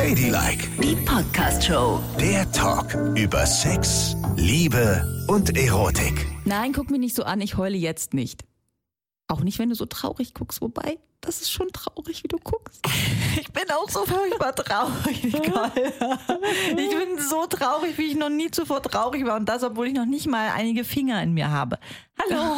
Ladylike, Die Podcast-Show. der Talk über Sex, Liebe und Erotik. Nein, guck mich nicht so an, ich heule jetzt nicht. Auch nicht, wenn du so traurig guckst, wobei, das ist schon traurig, wie du guckst. Ich bin auch so furchtbar traurig, Nicole. Ich bin so traurig, wie ich noch nie zuvor traurig war. Und das, obwohl ich noch nicht mal einige Finger in mir habe. Hallo.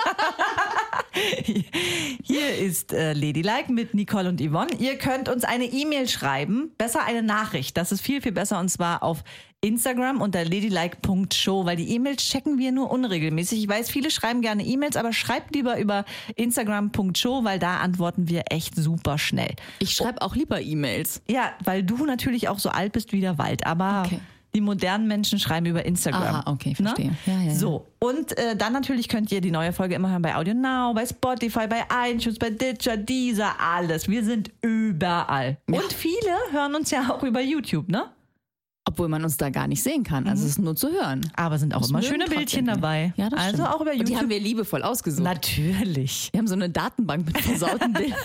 Hier ist Ladylike mit Nicole und Yvonne. Ihr könnt uns eine E-Mail schreiben. Besser eine Nachricht. Das ist viel, viel besser. Und zwar auf Instagram unter ladylike.show, weil die E-Mails checken wir nur unregelmäßig. Ich weiß, viele schreiben gerne E-Mails, aber schreibt lieber über Instagram.show, weil da antworten wir echt super schnell. Ich schreibe auch lieber E-Mails. Ja, weil du natürlich auch so alt bist wie der Wald, aber Okay. die modernen Menschen schreiben über Instagram. Aha, okay, verstehe. Ne? Ja. So, und dann natürlich könnt ihr die neue Folge immer hören bei Audio Now, bei Spotify, bei iTunes, bei Ditcher, Deezer, alles. Wir sind überall. Ja. Und viele hören uns ja auch über YouTube, ne? Obwohl man uns da gar nicht sehen kann. Also es ist nur zu hören. Aber sind auch Das immer mögen schöne trotzdem Bildchen viele. dabei. Ja, das also stimmt. auch über Und YouTube. die haben wir liebevoll ausgesucht. Natürlich. Wir haben so eine Datenbank mit versauten Bildern.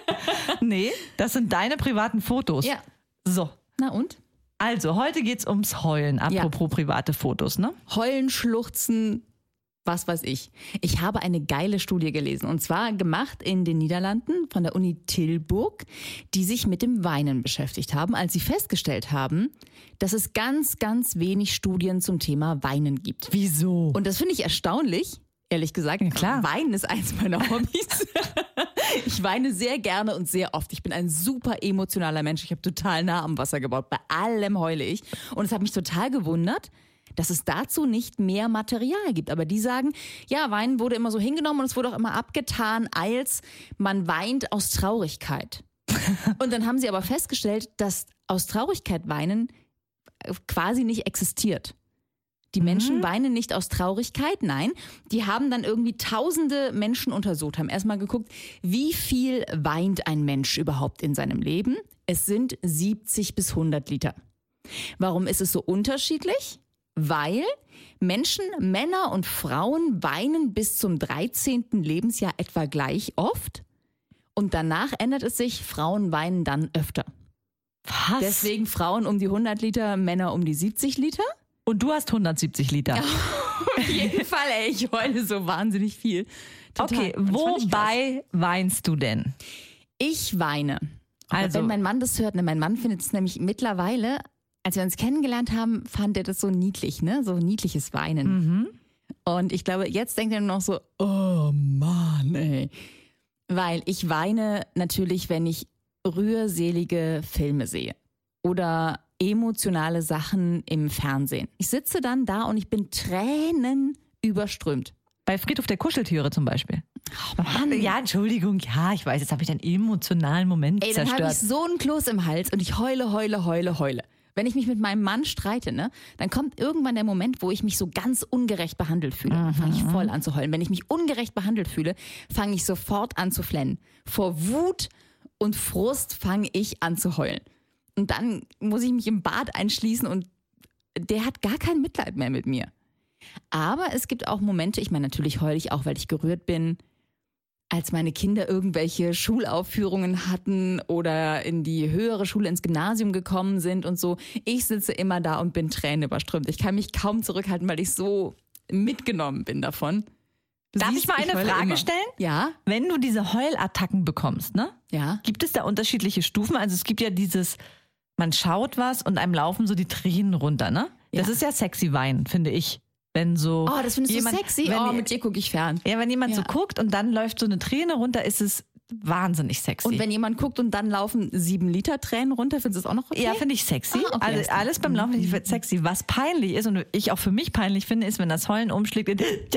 Nee, das sind deine privaten Fotos. Ja. So. Na und? Also, heute geht's ums Heulen, apropos private Fotos, ne? Heulen, schluchzen, was weiß ich. Ich habe eine geile Studie gelesen und zwar gemacht in den Niederlanden von der Uni Tilburg, die sich mit dem Weinen beschäftigt haben, als sie festgestellt haben, dass es ganz, ganz wenig Studien zum Thema Weinen gibt. Wieso? Und das finde ich erstaunlich, ehrlich gesagt. Ja, klar. Weinen ist eins meiner Hobbys. Ich weine sehr gerne und sehr oft. Ich bin ein super emotionaler Mensch. Ich habe total nah am Wasser gebaut. Bei allem heule ich. Und es hat mich total gewundert, dass es dazu nicht mehr Material gibt. Aber die sagen, ja, Weinen wurde immer so hingenommen und es wurde auch immer abgetan, als man weint aus Traurigkeit. Und dann haben sie aber festgestellt, dass aus Traurigkeit weinen quasi nicht existiert. Die Menschen weinen nicht aus Traurigkeit, nein. Die haben dann irgendwie tausende Menschen untersucht, haben erstmal geguckt, wie viel weint ein Mensch überhaupt in seinem Leben. Es sind 70 bis 100 Liter. Warum ist es so unterschiedlich? Weil Menschen, Männer und Frauen weinen bis zum 13. Lebensjahr etwa gleich oft. Und danach ändert es sich, Frauen weinen dann öfter. Was? Deswegen Frauen um die 100 Liter, Männer um die 70 Liter. Und du hast 170 Liter. Auf jeden Fall, ey, ich heule so wahnsinnig viel. Total. Okay, Das fand ich krass. wobei weinst du denn? Ich weine. Aber Also- wenn mein Mann das hört, ne, mein Mann findet es nämlich mittlerweile, als wir uns kennengelernt haben, fand er das so niedlich, ne? So niedliches Weinen. Und ich glaube, jetzt denkt er nur noch so, oh Mann, ey. Weil ich weine natürlich, wenn ich rührselige Filme sehe. Oder emotionale Sachen im Fernsehen. Ich sitze dann da und ich bin tränenüberströmt. Bei Friedhof der Kuscheltiere zum Beispiel. Oh Mann. Ja, Entschuldigung, ja, ich weiß, jetzt habe ich einen emotionalen Moment Ey, dann habe ich zerstört. so einen Kloß im Hals und ich heule. Wenn ich mich mit meinem Mann streite, ne, dann kommt irgendwann der Moment, wo ich mich so ganz ungerecht behandelt fühle. Dann fange ich voll an zu heulen. Wenn ich mich ungerecht behandelt fühle, fange ich sofort an zu flennen. Vor Wut und Frust fange ich an zu heulen. Und dann muss ich mich im Bad einschließen und der hat gar kein Mitleid mehr mit mir. Aber es gibt auch Momente, ich meine, natürlich heule ich auch, weil ich gerührt bin, als meine Kinder irgendwelche Schulaufführungen hatten oder in die höhere Schule, ins Gymnasium gekommen sind und so. Ich sitze immer da und bin tränenüberströmt. Ich kann mich kaum zurückhalten, weil ich so mitgenommen bin davon. Du Darf siehst, ich mal eine heule Frage immer. stellen? Ja, Wenn du diese Heulattacken bekommst, ne? ja. Gibt es da unterschiedliche Stufen? Also es gibt ja dieses, man schaut was und einem laufen so die Tränen runter, ne? Das Ja. ist ja sexy Weinen, finde ich. Wenn so Oh, das findest jemand, du sexy? Wenn, Oh, mit dir gucke ich fern. ja, wenn jemand so Ja. guckt und dann läuft so eine Träne runter, ist es wahnsinnig sexy. Und wenn jemand guckt und dann laufen 7 Liter Tränen runter, findest du das auch noch okay? Ja, finde ich sexy. Ah, okay, Also alles klar. alles beim Laufen finde ich sexy. Was peinlich ist und ich auch für mich peinlich finde, ist, wenn das Heulen umschlägt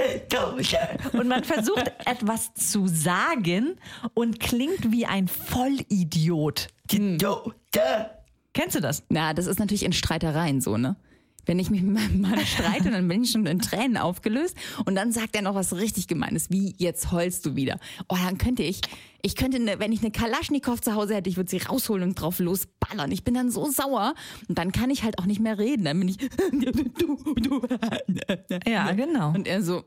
und man versucht etwas zu sagen und klingt wie ein Vollidiot. Kennst du das? Na, das ist natürlich in Streitereien so, ne? Wenn ich mich mit meinem Mann streite, dann bin ich schon in Tränen aufgelöst und dann sagt er noch was richtig Gemeines, wie jetzt heulst du wieder. Oh, dann könnte wenn ich eine Kalaschnikow zu Hause hätte, ich würde sie rausholen und drauf losballern. Ich bin dann so sauer und dann kann ich halt auch nicht mehr reden. Dann bin ich Ja, genau. und er so,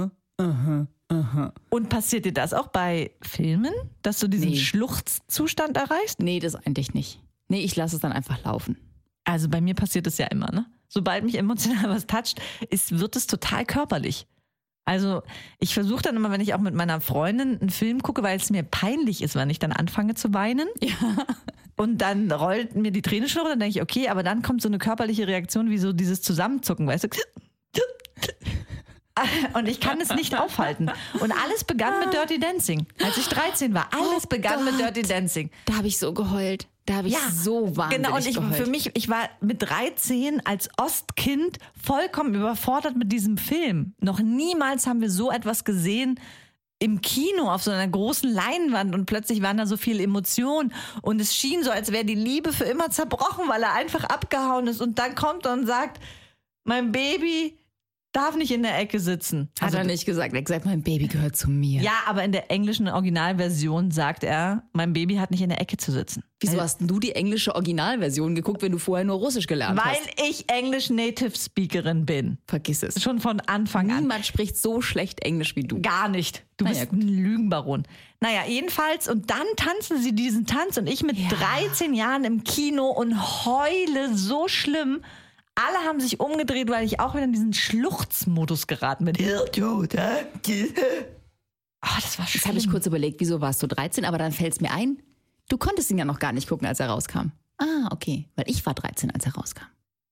Und passiert dir das auch bei Filmen, dass du diesen Nee. Schluchzzustand erreichst? nee, das eigentlich nicht. Nee, ich lasse es dann einfach laufen. Also bei mir passiert es ja immer, ne? Sobald mich emotional was toucht, wird es total körperlich. Also ich versuche dann immer, wenn ich auch mit meiner Freundin einen Film gucke, weil es mir peinlich ist, wenn ich dann anfange zu weinen. Ja. Und dann rollt mir die Träne schon runter, dann denke ich, okay, aber dann kommt so eine körperliche Reaktion wie so dieses Zusammenzucken, weißt du? Und ich kann es nicht aufhalten. Und alles begann mit Dirty Dancing. Als ich 13 war, alles begann mit Dirty Dancing. Da habe ich so geheult. Da habe ich so wahnsinnig geheult. Genau, und ich war mit 13 als Ostkind vollkommen überfordert mit diesem Film. Noch niemals haben wir so etwas gesehen im Kino auf so einer großen Leinwand und plötzlich waren da so viele Emotionen und es schien so, als wäre die Liebe für immer zerbrochen, weil er einfach abgehauen ist und dann kommt er und sagt, mein Baby darf nicht in der Ecke sitzen. Hat er nicht gesagt. Er hat gesagt, mein Baby gehört zu mir. Ja, aber in der englischen Originalversion sagt er, mein Baby hat nicht in der Ecke zu sitzen. Wieso hast du die englische Originalversion geguckt, wenn du vorher nur Russisch gelernt hast? Weil ich Englisch-Native-Speakerin bin. Vergiss es. Schon von Anfang an. Niemand spricht so schlecht Englisch wie du. Gar nicht. Du bist ein Lügenbaron. Naja, jedenfalls. Und dann tanzen sie diesen Tanz und ich mit 13 Jahren im Kino und heule so schlimm. Alle haben sich umgedreht, weil ich auch wieder in diesen Schluchzmodus geraten bin. Das war schlimm. Jetzt habe ich kurz überlegt, wieso warst du 13, aber dann fällt es mir ein, du konntest ihn ja noch gar nicht gucken, als er rauskam. Ah, okay, weil ich war 13, als er rauskam.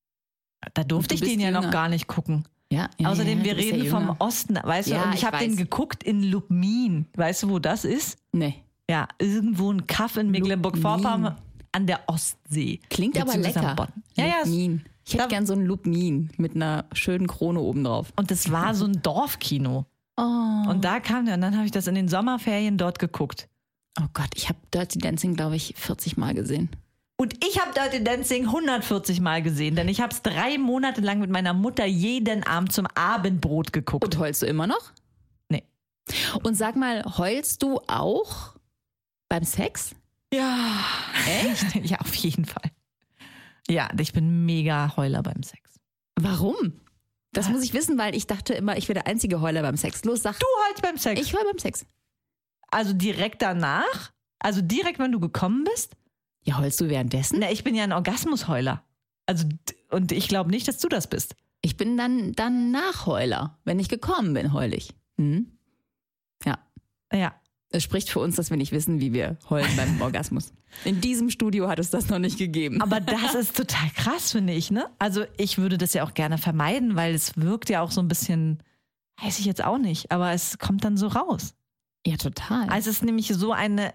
Da durfte ich den ja noch gar nicht gucken. Ja, Außerdem, wir du bist reden ja vom Osten, weißt du, und ich habe den geguckt in Lubmin. Weißt du, wo das ist? Nee. Ja, irgendwo ein Kaff in Mecklenburg-Vorpommern an der Ostsee. Klingt aber lecker. Ja, Lubmin. Ich hätte gern so ein Lubmin mit einer schönen Krone obendrauf. Und das war so ein Dorfkino. Oh. Und da kam der und dann habe ich das in den Sommerferien dort geguckt. Oh Gott, ich habe Dirty Dancing, glaube ich, 40 Mal gesehen. Und ich habe Dirty Dancing 140 Mal gesehen, denn ich habe es 3 Monate lang mit meiner Mutter jeden Abend zum Abendbrot geguckt. Und heulst du immer noch? Nee. Und sag mal, heulst du auch beim Sex? Ja. Echt? Ja, auf jeden Fall. Ja, ich bin mega Heuler beim Sex. Warum? Das muss ich wissen, weil ich dachte immer, ich wäre der einzige Heuler beim Sex. Los, sag. Du heulst beim Sex? Ich heule beim Sex. Also direkt danach? Also direkt, wenn du gekommen bist? Ja, heulst du währenddessen? Na, ich bin ja ein Orgasmusheuler. Also, und ich glaube nicht, dass du das bist. Ich bin dann Nachheuler. Wenn ich gekommen bin, heul ich. Hm? Ja. Ja. Es spricht für uns, dass wir nicht wissen, wie wir heulen beim Orgasmus. In diesem Studio hat es das noch nicht gegeben. Aber das ist total krass, finde ich, ne? Also ich würde das ja auch gerne vermeiden, weil es wirkt ja auch so ein bisschen, weiß ich jetzt auch nicht, aber es kommt dann so raus. Ja, total. Also es ist nämlich so eine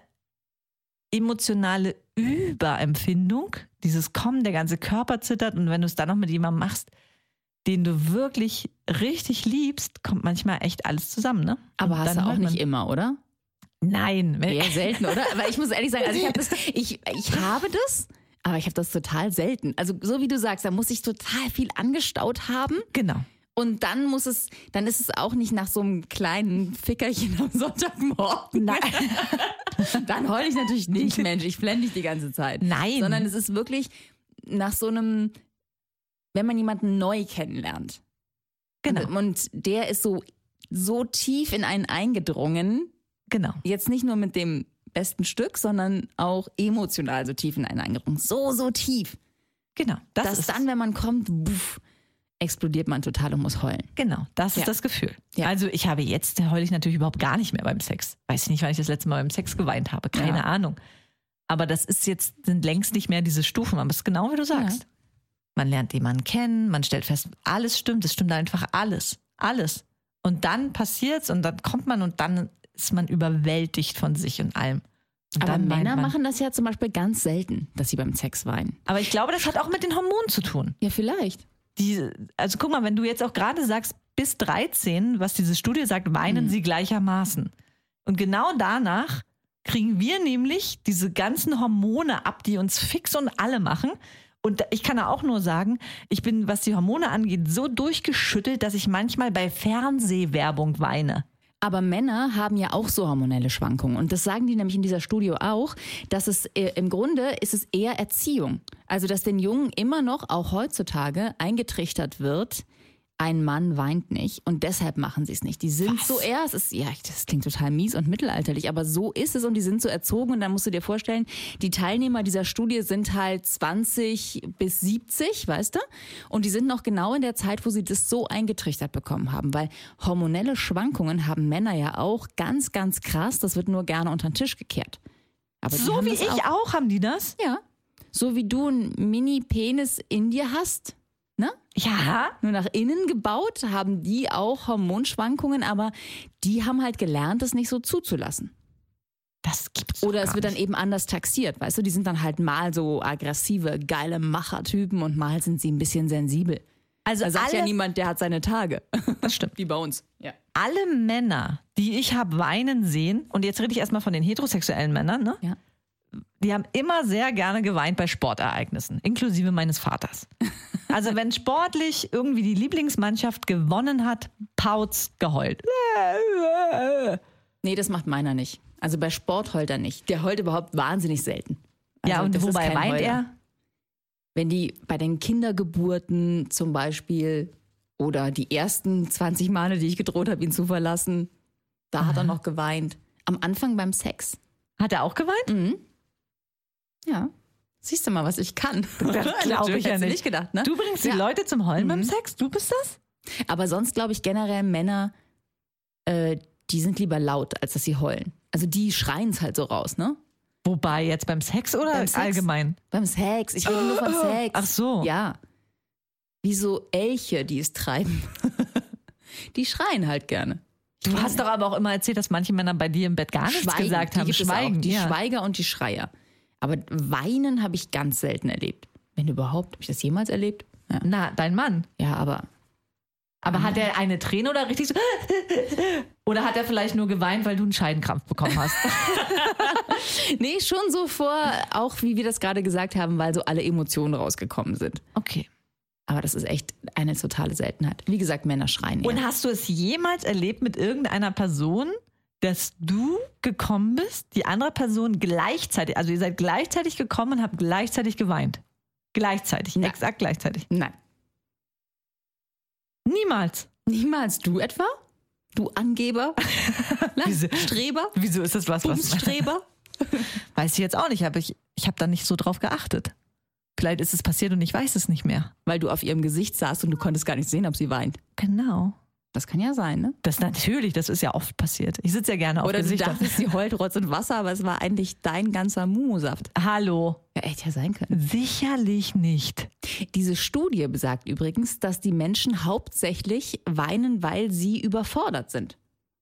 emotionale Überempfindung, dieses Kommen, der ganze Körper zittert und wenn du es dann noch mit jemandem machst, den du wirklich richtig liebst, kommt manchmal echt alles zusammen, ne? Aber hast du auch nicht immer, oder? Nein. Eher selten, oder? Aber ich muss ehrlich sagen, also ich habe das, aber ich habe das total selten. Also so wie du sagst, da muss ich total viel angestaut haben. Genau. Und dann ist es auch nicht nach so einem kleinen Fickerchen am Sonntagmorgen. Nein. Dann heule ich natürlich nicht, Mensch, ich flenne dich die ganze Zeit. Nein. Sondern es ist wirklich nach so einem, wenn man jemanden neu kennenlernt. Genau. Und der ist so tief in einen eingedrungen. Genau. Jetzt nicht nur mit dem besten Stück, sondern auch emotional so tief in einen eingedrungen. So tief. Genau. Dass dann, wenn man kommt, explodiert man total und muss heulen. Genau, das ist das Gefühl. Ja. Also jetzt heule ich natürlich überhaupt gar nicht mehr beim Sex. Weiß ich nicht, wann ich das letzte Mal beim Sex geweint habe. Keine Ahnung. Aber das sind längst nicht mehr diese Stufen. Aber es ist genau wie du sagst. Ja. Man lernt jemanden kennen, man stellt fest, alles stimmt. Es stimmt einfach alles. Alles. Und dann passiert's und dann kommt man und dann ist man überwältigt von sich und allem. Und aber dann Männer machen das ja zum Beispiel ganz selten, dass sie beim Sex weinen. Aber ich glaube, das hat auch mit den Hormonen zu tun. Ja, vielleicht. Also guck mal, wenn du jetzt auch gerade sagst, bis 13, was diese Studie sagt, weinen sie gleichermaßen. Und genau danach kriegen wir nämlich diese ganzen Hormone ab, die uns fix und alle machen. Und ich kann auch nur sagen, ich bin, was die Hormone angeht, so durchgeschüttelt, dass ich manchmal bei Fernsehwerbung weine. Aber Männer haben ja auch so hormonelle Schwankungen. Und das sagen die nämlich in dieser Studie auch, dass es im Grunde ist es eher Erziehung. Also dass den Jungen immer noch, auch heutzutage, eingetrichtert wird, ein Mann weint nicht und deshalb machen sie es nicht. Die sind so das klingt total mies und mittelalterlich, aber so ist es und die sind so erzogen und dann musst du dir vorstellen, die Teilnehmer dieser Studie sind halt 20 bis 70, weißt du? Und die sind noch genau in der Zeit, wo sie das so eingetrichtert bekommen haben, weil hormonelle Schwankungen haben Männer ja auch ganz, ganz krass, das wird nur gerne unter den Tisch gekehrt. Aber So wie ich auch, haben die das? Ja, so wie du einen Mini-Penis in dir hast, ne? Ja. Nur nach innen gebaut, haben die auch Hormonschwankungen, aber die haben halt gelernt, das nicht so zuzulassen. Das gibt's Oder doch es wird gar dann eben anders taxiert, weißt du? Die sind dann halt mal so aggressive, geile Machertypen und mal sind sie ein bisschen sensibel. Also Da sagt ja niemand, der hat seine Tage. Das stimmt. Wie bei uns. Ja. Alle Männer, die ich habe weinen sehen, und jetzt rede ich erstmal von den heterosexuellen Männern, ne? Ja. Die haben immer sehr gerne geweint bei Sportereignissen, inklusive meines Vaters. Also wenn sportlich irgendwie die Lieblingsmannschaft gewonnen hat, Pauz geheult. Nee, das macht meiner nicht. Also bei Sport heult er nicht. Der heult überhaupt wahnsinnig selten. Also Ja, und das ist wobei kein weint Heuler. er? Wenn die bei den Kindergeburten zum Beispiel oder die ersten 20 Male, die ich gedroht habe, ihn zu verlassen, da hat er noch geweint. Am Anfang beim Sex. Hat er auch geweint? Ja. Siehst du mal, was ich kann. Das glaube ich ja Hättest du nicht. gedacht, ne? Du bringst die Ja. Leute zum Heulen beim Sex? Du bist das? Aber sonst glaube ich generell Männer, die sind lieber laut, als dass sie heulen. Also die schreien es halt so raus, ne? Wobei, jetzt beim Sex oder Beim Sex. allgemein? Beim Sex. Ich rede nur von Sex. Ach so. Ja. Wie so Elche, die es treiben. Die schreien halt gerne. Du hast doch aber auch immer erzählt, dass manche Männer bei dir im Bett gar nichts Schweigen, gesagt die haben. gibt es Schweigen. auch. Die ja. Schweiger und die Schreier. Aber weinen habe ich ganz selten erlebt. Wenn überhaupt. Habe ich das jemals erlebt? Ja, Na, dein Mann. ja aber Aber hat er eine Träne oder richtig so? Oder hat er vielleicht nur geweint, weil du einen Scheidenkrampf bekommen hast? nee, schon so vor, auch wie wir das gerade gesagt haben, weil so alle Emotionen rausgekommen sind. Okay. Aber das ist echt eine totale Seltenheit. Wie gesagt, Männer schreien eher. Und hast du es jemals erlebt mit irgendeiner Person, dass du gekommen bist, die andere Person gleichzeitig, also ihr seid gleichzeitig gekommen und habt gleichzeitig geweint? Gleichzeitig, Nein. exakt gleichzeitig. Nein. Niemals. Niemals. Du etwa? Du Angeber? Na, Wieso? Streber? Wieso ist das was? Bumsstreber? Weiß ich jetzt auch nicht, aber ich habe da nicht so drauf geachtet. Vielleicht ist es passiert und ich weiß es nicht mehr. Weil du auf ihrem Gesicht saßt und du konntest gar nicht sehen, ob sie weint. Genau. Das kann ja sein, ne? Das natürlich, das ist ja oft passiert. Ich sitze ja gerne auf Oder du Gesichtern. dachtest, sie heult Rotz und Wasser, aber es war eigentlich dein ganzer Mumu-Saft. Hallo. Ja, hätte ja sein können. Sicherlich nicht. Diese Studie besagt übrigens, dass die Menschen hauptsächlich weinen, weil sie überfordert sind.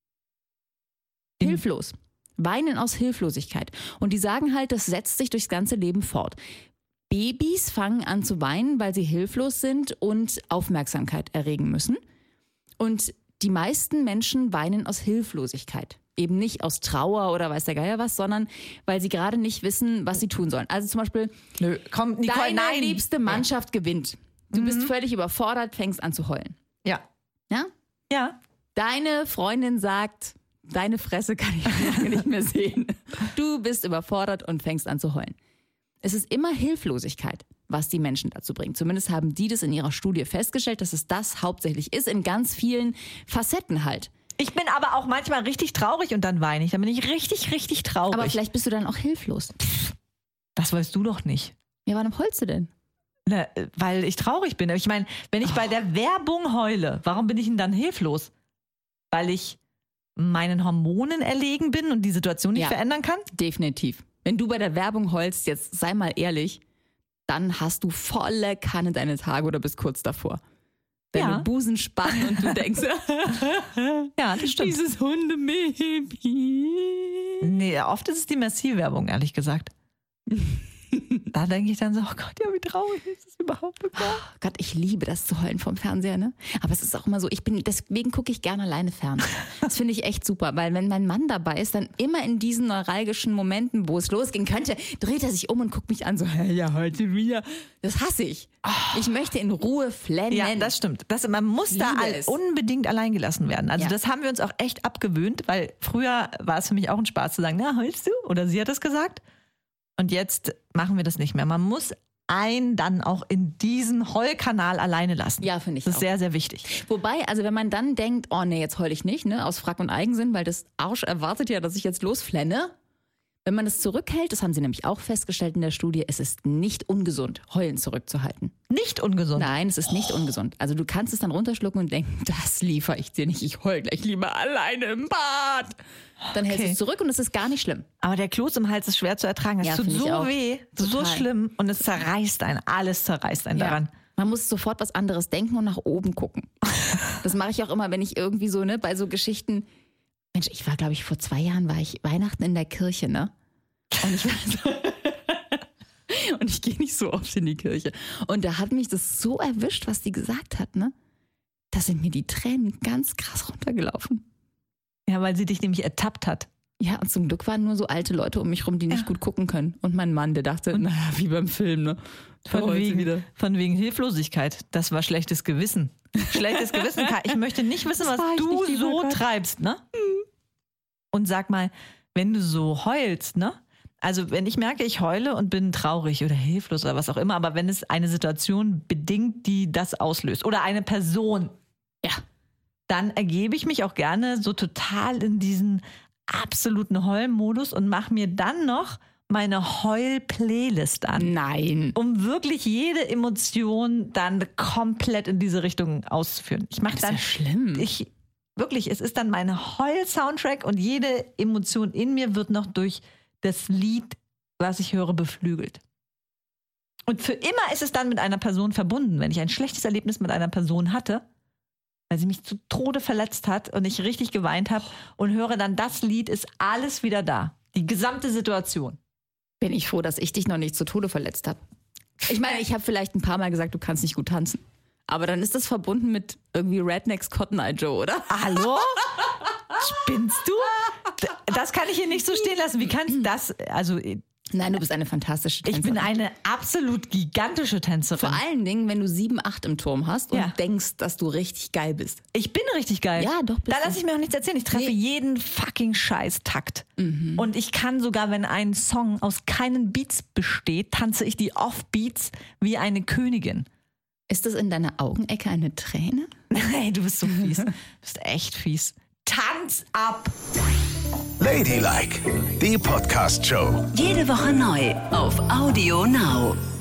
Hilflos. Weinen aus Hilflosigkeit. Und die sagen halt, das setzt sich durchs ganze Leben fort. Babys fangen an zu weinen, weil sie hilflos sind und Aufmerksamkeit erregen müssen. Und die meisten Menschen weinen aus Hilflosigkeit. Eben nicht aus Trauer oder weiß der Geier was, sondern weil sie gerade nicht wissen, was sie tun sollen. Also zum Beispiel, Nö, komm, Nicole, deine nein. liebste Mannschaft gewinnt. Du bist völlig überfordert, fängst an zu heulen. Ja. Ja? Ja. Deine Freundin sagt, deine Fresse kann ich lange nicht mehr sehen. Du bist überfordert und fängst an zu heulen. Es ist immer Hilflosigkeit, was die Menschen dazu bringt. Zumindest haben die das in ihrer Studie festgestellt, dass es das hauptsächlich ist, in ganz vielen Facetten halt. Ich bin aber auch manchmal richtig traurig und dann weine ich. Dann bin ich richtig, richtig traurig. Aber vielleicht bist du dann auch hilflos. Das weißt du doch nicht. Ja, warum heulst du denn? Ne, weil ich traurig bin. Ich meine, wenn ich bei der Werbung heule, warum bin ich denn dann hilflos? Weil ich meinen Hormonen erlegen bin und die Situation nicht Ja. verändern kann? Definitiv. Wenn du bei der Werbung heulst, jetzt sei mal ehrlich, dann hast du volle Kanne deine Tage oder bist kurz davor. Deine Ja. Busen spannen und du denkst, Ja, das stimmt. dieses Hundebaby. Nee, oft ist es die Merci-Werbung, ehrlich gesagt. Da denke ich dann so, oh Gott, ja, wie traurig ist das überhaupt? Oh Gott. Oh Gott, ich liebe das zu heulen vom Fernseher, ne? Aber es ist auch immer so, deswegen gucke ich gerne alleine fern. Das finde ich echt super, weil wenn mein Mann dabei ist, dann immer in diesen neuralgischen Momenten, wo es losgehen könnte, dreht er sich um und guckt mich an, so, hey, ja, heute wieder. Das hasse ich. Ich möchte in Ruhe flennen. Ja, das stimmt. Man muss da Liebe es. unbedingt allein gelassen werden. Also Ja. das haben wir uns auch echt abgewöhnt, weil früher war es für mich auch ein Spaß zu sagen, na, heulst du? Oder sie hat es gesagt. Und jetzt machen wir das nicht mehr. Man muss einen dann auch in diesen Heulkanal alleine lassen. Ja, finde ich Das ist auch. sehr, sehr wichtig. Wobei, also wenn man dann denkt, oh nee, jetzt heul ich nicht, ne, aus Frack und Eigensinn, weil das Arsch erwartet ja, dass ich jetzt losflenne. Wenn man das zurückhält, das haben sie nämlich auch festgestellt in der Studie, es ist nicht ungesund, Heulen zurückzuhalten. Nicht ungesund. Nein, es ist nicht ungesund. Also du kannst es dann runterschlucken und denken, das liefere ich dir nicht, ich heul gleich lieber alleine im Bad. Dann hältst du es zurück und es ist gar nicht schlimm. Aber der Kloß im Hals ist schwer zu ertragen. Es Ja, tut finde ich so auch. weh, so Total. schlimm und es zerreißt einen. Alles zerreißt einen daran. Man muss sofort was anderes denken und nach oben gucken. Das mache ich auch immer, wenn ich irgendwie so, ne, bei so Geschichten. Mensch, ich war, glaube ich, vor 2 Jahren war ich Weihnachten in der Kirche, ne? Und ich war so und ich gehe nicht so oft in die Kirche. Und da hat mich das so erwischt, was die gesagt hat, ne? Da sind mir die Tränen ganz krass runtergelaufen. Ja, weil sie dich nämlich ertappt hat. Ja, und zum Glück waren nur so alte Leute um mich rum, die nicht gut gucken können. Und mein Mann, der dachte, naja, wie beim Film, ne? Von wegen Hilflosigkeit. Das war schlechtes Gewissen. Schlechtes Gewissen. Ich möchte nicht wissen, was du so treibst, ne? Und sag mal, wenn du so heulst, ne? Also wenn ich merke, ich heule und bin traurig oder hilflos oder was auch immer, aber wenn es eine Situation bedingt, die das auslöst oder eine Person, Ja. dann ergebe ich mich auch gerne so total in diesen absoluten Heulmodus und mache mir dann noch meine Heul-Playlist an. Nein. Um wirklich jede Emotion dann komplett in diese Richtung auszuführen. Ich mache Das ist dann ja schlimm. Wirklich, es ist dann mein Heul-Soundtrack und jede Emotion in mir wird noch durch das Lied, was ich höre, beflügelt. Und für immer ist es dann mit einer Person verbunden. Wenn ich ein schlechtes Erlebnis mit einer Person hatte, weil sie mich zu Tode verletzt hat und ich richtig geweint habe und höre dann das Lied, ist alles wieder da. Die gesamte Situation. Bin ich froh, dass ich dich noch nicht zu Tode verletzt habe. Ich meine, ich habe vielleicht ein paar Mal gesagt, du kannst nicht gut tanzen. Aber dann ist das verbunden mit irgendwie Rednecks Cotton Eye Joe, oder? Hallo? Spinnst du? Das kann ich hier nicht so stehen lassen. Wie kannst du das? Also, Nein, du bist eine fantastische ich Tänzerin. bin eine absolut gigantische Tänzerin. Vor allen Dingen, wenn du 7, 8 im Turm hast und Ja. denkst, dass du richtig geil bist. Ich bin richtig geil. Ja, doch, bist Da du. lasse ich mir auch nichts erzählen. Ich treffe jeden fucking Scheiß-Takt. Und ich kann sogar, wenn ein Song aus keinen Beats besteht, tanze ich die Off-Beats wie eine Königin. Ist das in deiner Augenecke eine Träne? Hey, du bist so fies. Du bist echt fies. Tanz ab! Ladylike, die Podcast-Show. Jede Woche neu auf Audio Now.